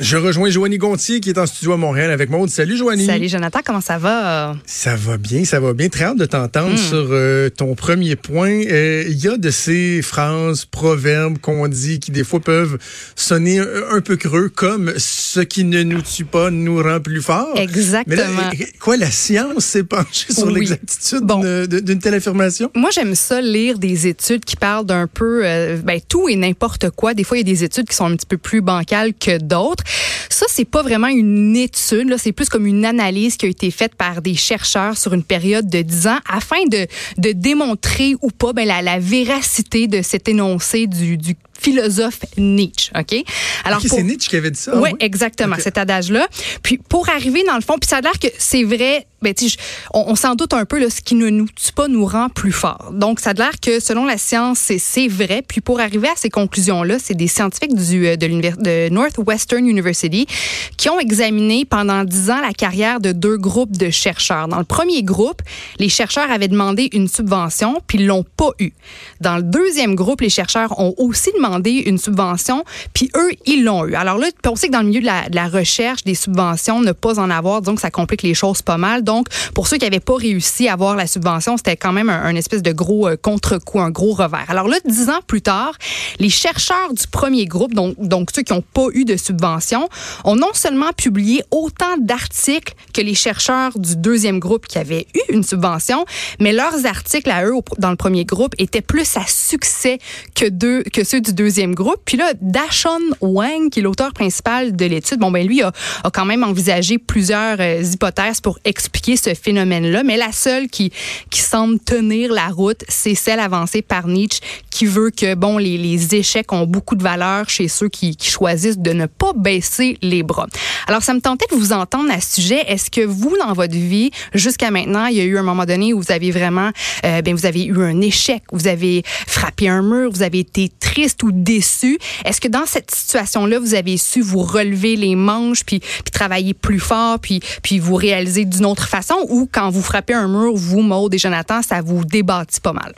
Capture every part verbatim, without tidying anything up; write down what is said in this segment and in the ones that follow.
Je rejoins Joanie Gontier qui est en studio à Montréal avec Maude. Salut Joanie. Salut Jonathan, comment ça va? Ça va bien, ça va bien. Très hâte de t'entendre mm. sur euh, ton premier point. Il euh, y a de ces phrases, proverbes qu'on dit qui des fois peuvent sonner un, un peu creux, comme « ce qui ne nous tue pas nous rend plus forts ». Exactement. Mais là, quoi, la science s'est penchée sur oui. l'exactitude bon. d'une, d'une telle affirmation? Moi, j'aime ça lire des études qui parlent d'un peu euh, ben, tout et n'importe quoi. Des fois, il y a des études qui sont un petit peu plus bancales que d'autres. Ça, c'est pas vraiment une étude, là, c'est plus comme une analyse qui a été faite par des chercheurs sur une période de dix ans afin de, de démontrer ou pas ben, la, la véracité de cet énoncé du, du philosophe Nietzsche, OK? Alors, okay, pour... c'est Nietzsche qui avait dit ça? Ouais, oui, exactement, okay. Cet adage-là. Puis, pour arriver dans le fond, puis ça a l'air que c'est vrai, ben, tu sais, on, on s'en doute un peu, là, ce qui ne nous tue pas nous rend plus forts. Donc, ça a l'air que, selon la science, c'est, c'est vrai. Puis, pour arriver à ces conclusions-là, c'est des scientifiques du, de, l'univers, de Northwestern University qui ont examiné pendant dix ans la carrière de deux groupes de chercheurs. Dans le premier groupe, les chercheurs avaient demandé une subvention, puis ils l'ont pas eu. Dans le deuxième groupe, les chercheurs ont aussi demandé une subvention, puis eux, ils l'ont eu. Alors là, on sait que dans le milieu de la, de la recherche, des subventions, ne pas en avoir, donc ça complique les choses pas mal. Donc, pour ceux qui n'avaient pas réussi à avoir la subvention, c'était quand même un, un espèce de gros euh, contre-coup, un gros revers. Alors là, dix ans plus tard, les chercheurs du premier groupe, donc, donc ceux qui n'ont pas eu de subvention, ont non seulement publié autant d'articles que les chercheurs du deuxième groupe qui avaient eu une subvention, mais leurs articles à eux, dans le premier groupe, étaient plus à succès que, deux, que ceux du deuxième groupe. Puis là, Dashun Wang, qui est l'auteur principal de l'étude, bon ben lui a, a quand même envisagé plusieurs euh, hypothèses pour expliquer ce phénomène-là, mais la seule qui qui semble tenir la route, c'est celle avancée par Nietzsche, qui veut que bon les, les échecs ont beaucoup de valeur chez ceux qui, qui choisissent de ne pas baisser les bras. Alors ça me tentait de vous entendre à ce sujet. Est-ce que vous, dans votre vie, jusqu'à maintenant, il y a eu un moment donné où vous avez vraiment, euh, ben vous avez eu un échec, vous avez frappé un mur, vous avez été triste ou déçu. Est-ce que dans cette situation-là, vous avez su vous relever les manches puis, puis travailler plus fort puis, puis vous réaliser d'une autre façon, ou quand vous frappez un mur, vous, Maude et Jonathan, ça vous débattit pas mal?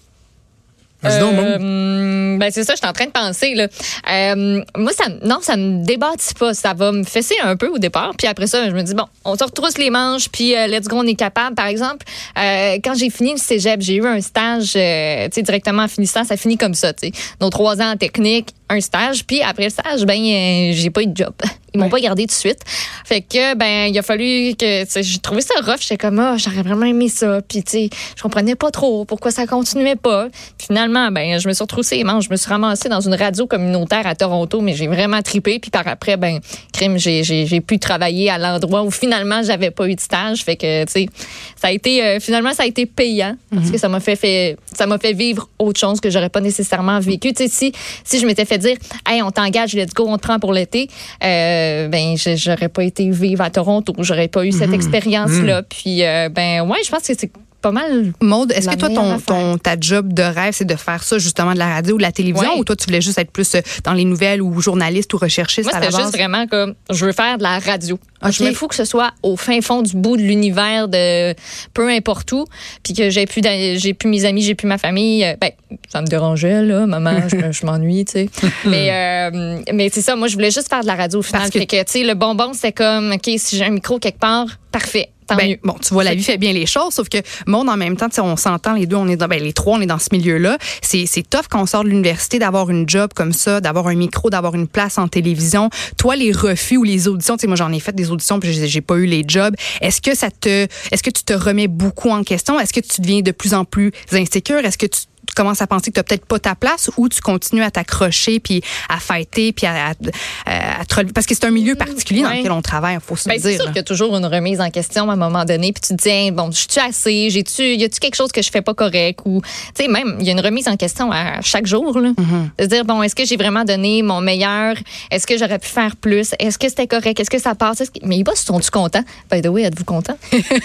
Euh, ben c'est ça, je suis en train de penser là. Euh, moi ça non, ça me débattit pas, ça va me fesser un peu au départ, puis après ça je me dis bon, on se retrousse les manches puis euh, let's go, on est capable. Par exemple, euh, quand j'ai fini le cégep, j'ai eu un stage euh, tu sais directement en finissant, ça finit comme ça, tu sais. Nos trois ans en technique, un stage, puis après le stage, ben euh, j'ai pas eu de job. Ils m'ont ouais. pas gardé tout de suite. Fait que ben il a fallu que j'ai trouvé ça rough, j'étais comme ah, oh, j'aurais vraiment aimé ça, puis tu sais, je comprenais pas trop pourquoi ça continuait pas. Puis, finalement, ben je me suis retroussée les manches, je me suis ramassée dans une radio communautaire à Toronto, mais j'ai vraiment trippé, puis par après ben crime, j'ai j'ai j'ai pu travailler à l'endroit où finalement j'avais pas eu de stage, fait que tu sais, ça a été euh, finalement ça a été payant parce mm-hmm. que ça m'a fait, fait ça m'a fait vivre autre chose que j'aurais pas nécessairement vécu. Tu sais, si si je m'étais fait dire hey, on t'engage, let's go, on te prend pour l'été, euh, ben j'aurais pas été vivre à Toronto, j'aurais pas eu cette mm-hmm. expérience-là. Mm-hmm. Puis euh, ben ouais, je pense que c'est pas mal. Maude, est-ce que toi, ton, ton, ta job de rêve, c'est de faire ça justement de la radio ou de la télévision, ouais. ou toi, tu voulais juste être plus dans les nouvelles ou journaliste ou recherchiste? Moi, à la c'était base? Juste vraiment comme, je veux faire de la radio. Okay. Je me fous que ce soit au fin fond du bout de l'univers, de peu importe où, puis que j'ai plus, j'ai plus mes amis, j'ai plus ma famille. Ben, ça me dérangeait, là, maman, je, je m'ennuie, tu sais. mais euh, mais c'est ça, moi, je voulais juste faire de la radio au final. Parce que, que tu sais, le bonbon, c'est comme, OK, si j'ai un micro quelque part, parfait. Ben, bon, tu vois, la vie fait bien les choses, sauf que Maude, en même temps, on s'entend les deux, on est dans, ben, les trois, on est dans ce milieu-là. C'est, c'est tough quand on sort de l'université d'avoir une job comme ça, d'avoir un micro, d'avoir une place en télévision. Toi, les refus ou les auditions, tu sais, moi, j'en ai fait des auditions puis j'ai, j'ai pas eu les jobs. Est-ce que ça te, est-ce que tu te remets beaucoup en question? Est-ce que tu deviens de plus en plus insécure? Est-ce que tu tu commences à penser que tu n'as peut-être pas ta place, ou tu continues à t'accrocher puis à fighter puis à, à, à, à te relever? Parce que c'est un milieu particulier ouais. dans lequel on travaille, il faut se ben, le dire. C'est sûr qu'il y a toujours une remise en question à un moment donné, puis tu te dis hey, bon, je suis assez, j'ai-tu, y a-tu quelque chose que je fais pas correct, ou tu sais, même il y a une remise en question à chaque jour là. Mm-hmm. De se dire bon, est-ce que j'ai vraiment donné mon meilleur, est-ce que j'aurais pu faire plus, est-ce que c'était correct, est-ce que ça passe, est-ce que... mais les boss sont-tu contents? By the way, êtes-vous contents?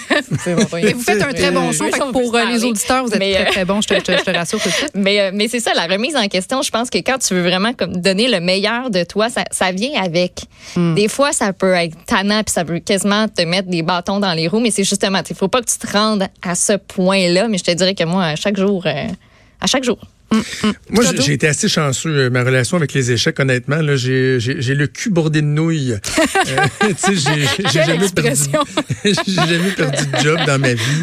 Et vous faites un très bon show, fait que pour euh, les auditeurs, vous êtes mais, très très bon, je te, je te, je te rassure tout de suite. Mais mais c'est ça, la remise en question, je pense que quand tu veux vraiment comme donner le meilleur de toi, ça, ça vient avec. Mm. Des fois, ça peut être tannant puis ça peut quasiment te mettre des bâtons dans les roues, mais c'est justement, il faut pas que tu te rendes à ce point-là, mais je te dirais que moi, à chaque jour, euh, à chaque jour. Mm, mm. Moi, j'ai, j'ai été assez chanceux. Ma relation avec les échecs, honnêtement, là, j'ai, j'ai, j'ai le cul bordé de nouilles. euh, tu sais, j'ai, j'ai jamais perdu, j'ai jamais perdu de job dans ma vie.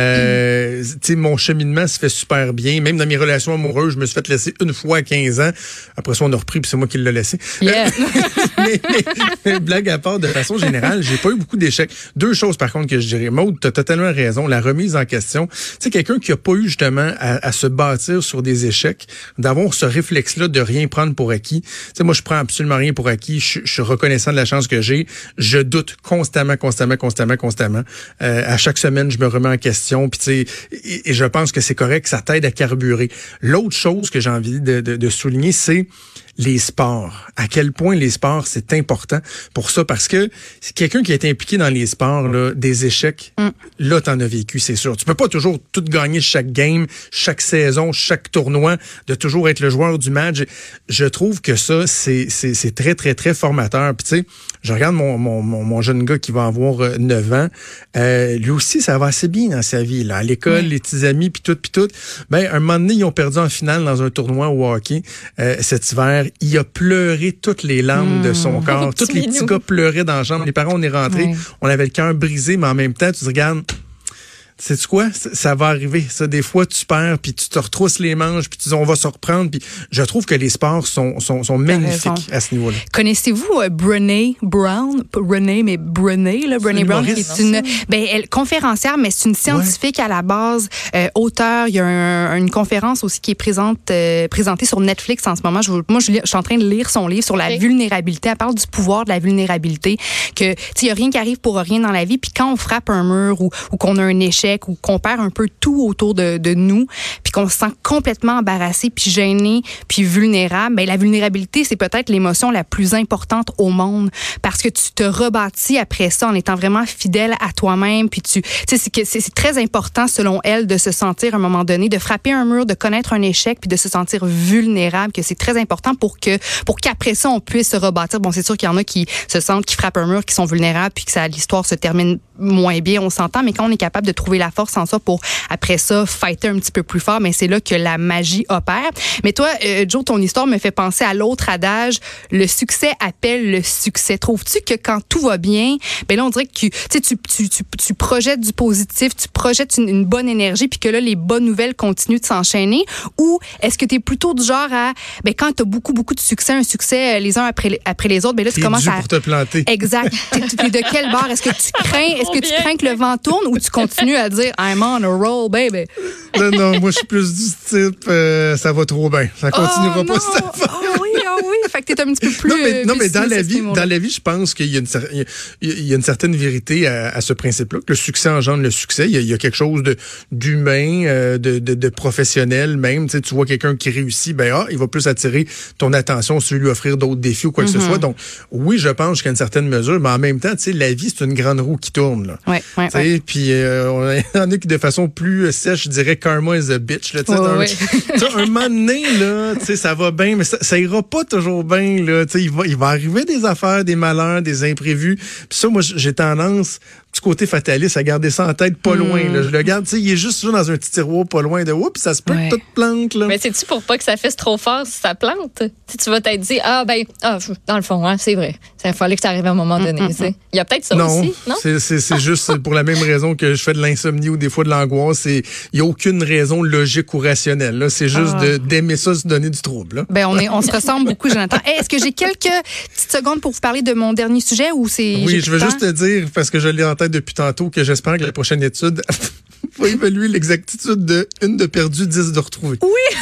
Euh, tu sais, mon cheminement se fait super bien. Même dans mes relations amoureuses, je me suis fait laisser une fois à quinze ans. Après ça, on a repris, puis c'est moi qui l'ai laissé. Yeah. mais, mais, mais blague à part, de façon générale, j'ai pas eu beaucoup d'échecs. Deux choses, par contre, que je dirais. Maude, t'as totalement raison. La remise en question. Tu sais, quelqu'un qui a pas eu, justement, à, à se bâtir sur des échecs, d'avoir ce réflexe-là de rien prendre pour acquis. Tu sais, moi, je prends absolument rien pour acquis. Je, je suis reconnaissant de la chance que j'ai. Je doute constamment, constamment, constamment, constamment. Euh, à chaque semaine, je me remets en question. Puis, tu sais, et, et je pense que c'est correct, ça t'aide à carburer. L'autre chose que j'ai envie de, de, de souligner, c'est les sports. À quel point les sports, c'est important pour ça. Parce que c'est quelqu'un qui a été impliqué dans les sports, là, des échecs, mm. là, t'en as vécu, c'est sûr. Tu peux pas toujours tout gagner chaque game, chaque saison, chaque tournoi, de toujours être le joueur du match. Je trouve que ça, c'est, c'est, c'est très, très, très formateur. Puis tu sais, je regarde mon, mon, mon, mon jeune gars qui va avoir euh, neuf ans. Euh, lui aussi, ça va assez bien dans sa vie. Là. À l'école, mm. les petits amis, puis tout, puis tout. Ben, un moment donné, ils ont perdu en finale dans un tournoi au hockey euh, cet hiver. Il a pleuré toutes les larmes mmh. de son corps. Tous les petits gars pleuraient dans la chambre. Les parents, on est rentrés. Ouais. On avait le cœur brisé, mais en même temps, tu te regardes... Sais-tu quoi? Ça, ça va arriver. Ça, des fois, tu perds, puis tu te retrousses les manches, puis tu dis, on va se reprendre. Puis je trouve que les sports sont, sont, sont magnifiques à ce niveau-là. Connaissez-vous euh, Brené Brown? Pas Brené, mais Brené, là. Brené Brown, qui est une ben, elle, conférencière, mais c'est une scientifique ouais. à la base, euh, auteur. Il y a un, une conférence aussi qui est présente, euh, présentée sur Netflix en ce moment. Je, moi, je, je suis en train de lire son livre sur la okay. vulnérabilité. Elle parle du pouvoir de la vulnérabilité. Que, tu sais, il n'y a rien qui arrive pour rien dans la vie. Puis quand on frappe un mur ou, ou qu'on a un échec, ou qu'on perd un peu tout autour de, de nous, puis qu'on se sent complètement embarrassé, puis gêné, puis vulnérable, ben la vulnérabilité, c'est peut-être l'émotion la plus importante au monde, parce que tu te rebâtis après ça en étant vraiment fidèle à toi-même, puis tu, tu sais, c'est, c'est, c'est très important, selon elle, de se sentir à un moment donné, de frapper un mur, de connaître un échec, puis de se sentir vulnérable, que c'est très important pour que, pour qu'après ça, on puisse se rebâtir. Bon, c'est sûr qu'il y en a qui se sentent, qui frappent un mur, qui sont vulnérables, puis que ça, l'histoire se termine moins bien, on s'entend, mais quand on est capable de trouver la force en ça pour, après ça, fighter un petit peu plus fort, mais c'est là que la magie opère. Mais toi, euh, Joe, ton histoire me fait penser à l'autre adage, le succès appelle le succès. Trouves-tu que quand tout va bien, ben là, on dirait que tu, tu, tu, tu, tu projettes du positif, tu projettes une, une bonne énergie, puis que là, les bonnes nouvelles continuent de s'enchaîner? Ou est-ce que tu es plutôt du genre à, ben quand tu as beaucoup, beaucoup de succès, un succès les uns après, après les autres, ben là, tu T'es commences dû à... pour te planter. Exact. T'es, t'es de quel bord? Est-ce que tu crains, est-ce que tu crains que le vent tourne ou tu continues à dire I'm on a roll, baby? Non, non, moi, je suis plus du type, euh, ça va trop bien. Ça continuera oh, pas non. cette affaire. Ah oui, ah oui. Fait que t'es un petit peu plus. Non, mais, non, mais dans la vie, dans la vie, je pense qu'il y a une, il y a une certaine vérité à, à ce principe-là, que le succès engendre le succès. Il y a, il y a quelque chose de, d'humain, euh, de, de, de professionnel même. Tu sais, tu vois quelqu'un qui réussit, ben, ah, il va plus attirer ton attention si tu veux lui offrir d'autres défis ou quoi que mm-hmm. ce soit. Donc, oui, je pense jusqu'à une certaine mesure, mais en même temps, tu sais, la vie, c'est une grande roue qui tourne, là. Ouais, ouais, tu sais, ouais. puis, euh, on il y en a qui, de façon plus sèche, je dirais karma is a bitch, là. Tu sais, ouais, un, ouais. un moment donné, là, tu sais, ça va bien, mais ça, ça ira pas toujours bien, là. Tu sais, il va, il va arriver des affaires, des malheurs, des imprévus. Puis ça, moi, j'ai tendance, du côté fataliste, à garder ça en tête pas loin, mm. là. Je le garde, tu sais, il est juste là dans un petit tiroir pas loin de, oups, ça se peut ouais. que tout plante, là. Mais c'est-tu pour pas que ça fasse trop fort si ça plante? T'sais, tu vas t'être dit, ah, ben, ah, dans le fond, hein, c'est vrai. Il fallait que ça arrive à un moment donné, tu sais. Il y a peut-être ça non, aussi, non? C'est, c'est, c'est juste pour la même raison que je fais de l'insomnie ou des fois de l'angoisse. Il n'y a aucune raison logique ou rationnelle, là. C'est juste ah. de, d'aimer ça, se donner du trouble, là. Ben, on est, on se ressemble beaucoup, Jonathan. Hey, est-ce que j'ai quelques petites secondes pour vous parler de mon dernier sujet ou c'est. Oui, je veux juste te dire, parce que je l'ai en tête depuis tantôt, que j'espère que la prochaine étude va évaluer l'exactitude de une de perdu, dix de retrouvé. Oui!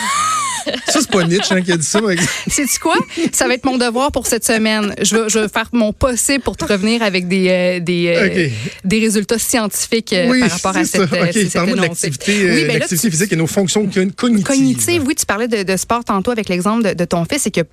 Ça, c'est pas Nietzsche hein, qui a dit ça. Sais-tu quoi? Ça va être mon devoir pour cette semaine. Je vais, je vais faire mon possible pour te revenir avec des, euh, des, euh, okay. des résultats scientifiques euh, oui, par rapport à cette, okay. cette Parle-moi de l'activité, oui, ben l'activité là, tu, physique et nos fonctions cognitives. Cognitives, oui. Tu parlais de, de sport tantôt avec l'exemple de, de ton fils. C'est que de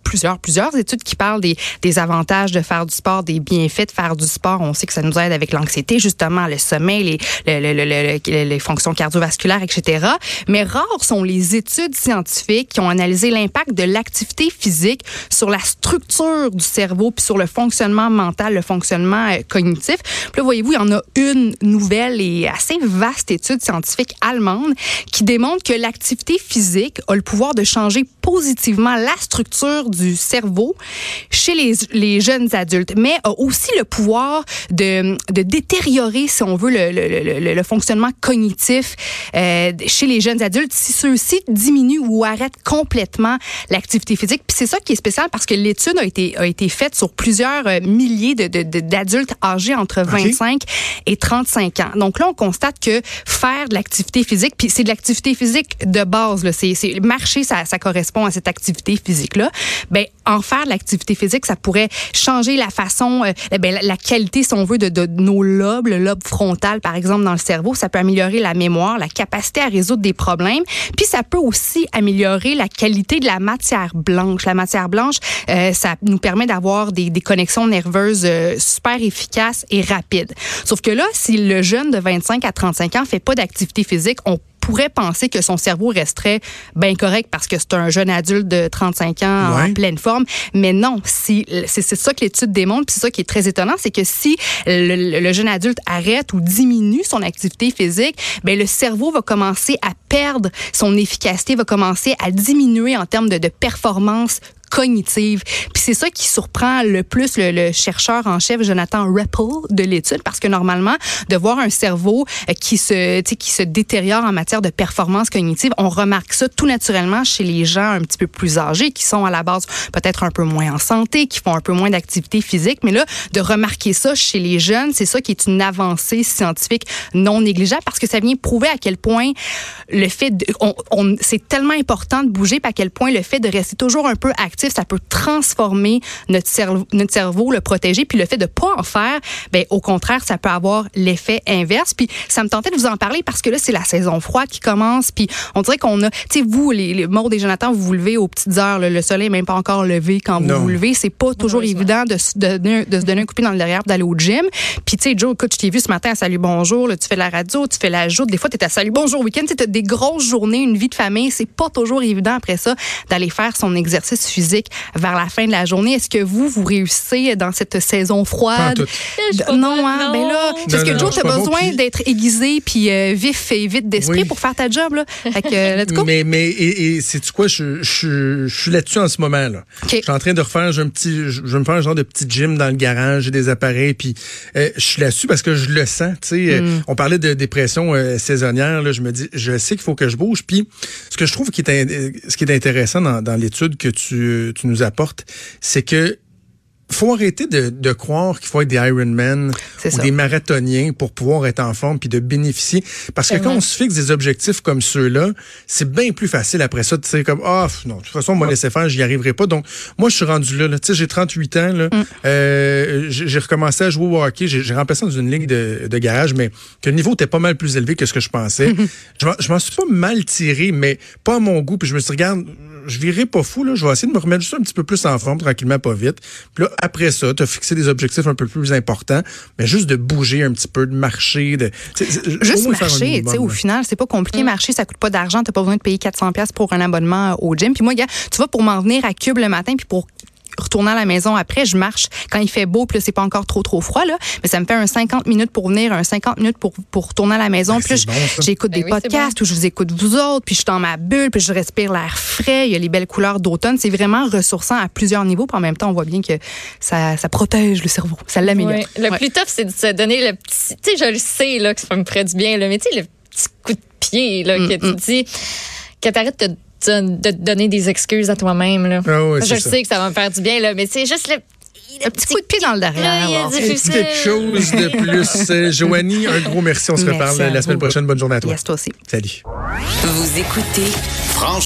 plusieurs, plusieurs études qui parlent des, des avantages de faire du sport, des bienfaits de faire du sport. On sait que ça nous aide avec l'anxiété, justement, le sommeil, les, le, le, le, le, les fonctions cardiovasculaires, et cetera. Mais rares sont les études scientifiques qui ont analysé l'impact de l'activité physique sur la structure du cerveau puis sur le fonctionnement mental, le fonctionnement euh, cognitif. Puis là, voyez-vous, il y en a une nouvelle et assez vaste étude scientifique allemande qui démontre que l'activité physique a le pouvoir de changer positivement la structure du cerveau chez les, les jeunes adultes, mais a aussi le pouvoir de, de détériorer, si on veut, le, le, le, le fonctionnement cognitif euh, chez les jeunes adultes si ceux-ci diminuent ou arrêtent complètement l'activité physique. Puis c'est ça qui est spécial parce que l'étude a été, a été faite sur plusieurs milliers de, de, de, d'adultes âgés entre vingt-cinq okay. et trente-cinq ans. Donc là, on constate que faire de l'activité physique, puis c'est de l'activité physique de base, là, c'est, c'est marcher, ça, ça correspond à cette activité physique-là. Ben, en faire de l'activité physique, ça pourrait changer la façon, euh, ben, la, la qualité, si on veut, de, de nos lobes, le lobe frontal, par exemple, dans le cerveau. Ça peut améliorer la mémoire, la capacité à résoudre des problèmes. Puis ça peut aussi améliorer la qualité de la matière blanche. La matière blanche, euh, ça nous permet d'avoir des, des connexions nerveuses euh, super efficaces et rapides. Sauf que là, si le jeune de vingt-cinq à trente-cinq ans fait pas d'activité physique, on pourrait penser que son cerveau resterait bien correct parce que c'est un jeune adulte de trente-cinq ans ouais. en pleine forme. Mais non, si, c'est, c'est ça que l'étude démontre, puis c'est ça qui est très étonnant, c'est que si le, le jeune adulte arrête ou diminue son activité physique, ben le cerveau va commencer à perdre son efficacité, va commencer à diminuer en termes de, de performance cognitive. Puis c'est ça qui surprend le plus le, le chercheur en chef Jonathan Rappel de l'étude parce que normalement de voir un cerveau qui se tu sais qui se détériore en matière de performance cognitive, on remarque ça tout naturellement chez les gens un petit peu plus âgés qui sont à la base peut-être un peu moins en santé, qui font un peu moins d'activité physique, mais là de remarquer ça chez les jeunes, c'est ça qui est une avancée scientifique non négligeable parce que ça vient prouver à quel point le fait de, on, on c'est tellement important de bouger, puis à quel point le fait de rester toujours un peu actif, ça peut transformer notre cerveau, notre cerveau, le protéger, puis le fait de pas en faire, ben au contraire, ça peut avoir l'effet inverse. Puis ça me tentait de vous en parler parce que là, c'est la saison froide qui commence, puis on dirait qu'on a, tu sais, vous, les, les Maud et Jonathan, vous vous levez aux petites heures, là, le soleil n'est même pas encore levé quand vous non. vous levez, c'est pas toujours oui, évident de, de, de, de se donner un coup de pied dans le derrière d'aller au gym. Puis tu sais, Joe, écoute, je t'ai vu ce matin à Salut Bonjour, là, tu fais la radio, tu fais la joute, des fois, tu es à Salut Bonjour week-end, tu as des grosses journées, une vie de famille, c'est pas toujours évident après ça d'aller faire son exercice physique vers la fin de la journée. Est-ce que vous, vous réussissez dans cette saison froide? De, non, hein? Non. Ben là, parce que Joe, tu as besoin bon, puis... d'être aiguisé puis euh, vif et vite d'esprit oui. pour faire ta job, là. Fait que, euh, let's go. Mais, mais, et, et sais-tu quoi? Je, je, je suis là-dessus en ce moment, là. Okay. Je suis en train de refaire, j'ai un petit, je vais me faire un genre de petit gym dans le garage, j'ai des appareils, puis euh, je suis là-dessus parce que je le sens, tu sais. Mm. Euh, on parlait de dépression euh, saisonnière, là. Je me dis, je sais qu'il faut que je bouge, puis ce que je trouve qui est, ce qui est intéressant dans, dans l'étude que tu, tu nous apportes, c'est que faut arrêter de, de croire qu'il faut être des Ironman ou ça. des marathoniens pour pouvoir être en forme puis de bénéficier. Parce que Tellement. quand on se fixe des objectifs comme ceux-là, c'est bien plus facile après ça de dire comme ah oh, non de toute façon on m'a laissé faire, j'y arriverai pas. Donc moi je suis rendu là. là. Tu sais j'ai trente-huit ans là. Mm. Euh, j'ai, j'ai recommencé à jouer au hockey. J'ai, j'ai remplacé dans une ligue de, de garage, mais que le niveau était pas mal plus élevé que ce que je pensais. Mm-hmm. Je, m'en, je m'en suis pas mal tiré, mais pas à mon goût. Puis je me suis dit, regarde, je virais pas fou là. Je vais essayer de me remettre juste un petit peu plus en forme tranquillement, pas vite. Puis là après ça, tu as fixé des objectifs un peu plus importants, mais juste de bouger un petit peu, de marcher. De, juste marcher, tu sais, au final, c'est pas compliqué. Mmh. Marcher, ça coûte pas d'argent. Tu n'as pas besoin de payer quatre cents dollars pour un abonnement au gym. Puis moi, gars, tu vas pour m'en venir à Cube le matin, puis pour retourner à la maison après, je marche quand il fait beau, puis là, c'est pas encore trop, trop froid, là, mais ça me fait un cinquante minutes pour venir, un cinquante minutes pour, pour retourner à la maison. Ben, puis là, bon, j'écoute ben des oui, podcasts bon. où je vous écoute vous autres, puis je suis dans ma bulle, puis je respire l'air frais, il y a les belles couleurs d'automne. C'est vraiment ressourçant à plusieurs niveaux, puis en même temps, on voit bien que ça, ça protège le cerveau, ça l'améliore. Oui. Le ouais. plus tough, c'est de se donner le petit, tu sais, je le sais, là, que ça me ferait du bien, là, mais tu sais, le petit coup de pied, là, mm, que mm. tu dis, que t'arrêtes de de te donner des excuses à toi-même. Là. Ah oui, je ça. sais que ça va me faire du bien, là, mais c'est juste le, le, le petit coup de pied dans le derrière. Là, c'est quelque chose de plus. Euh, Joanie, un gros merci. On se merci reparle la semaine prochaine. Bonne journée à toi. Yes, toi aussi. Salut. Vous écoutez Franchement.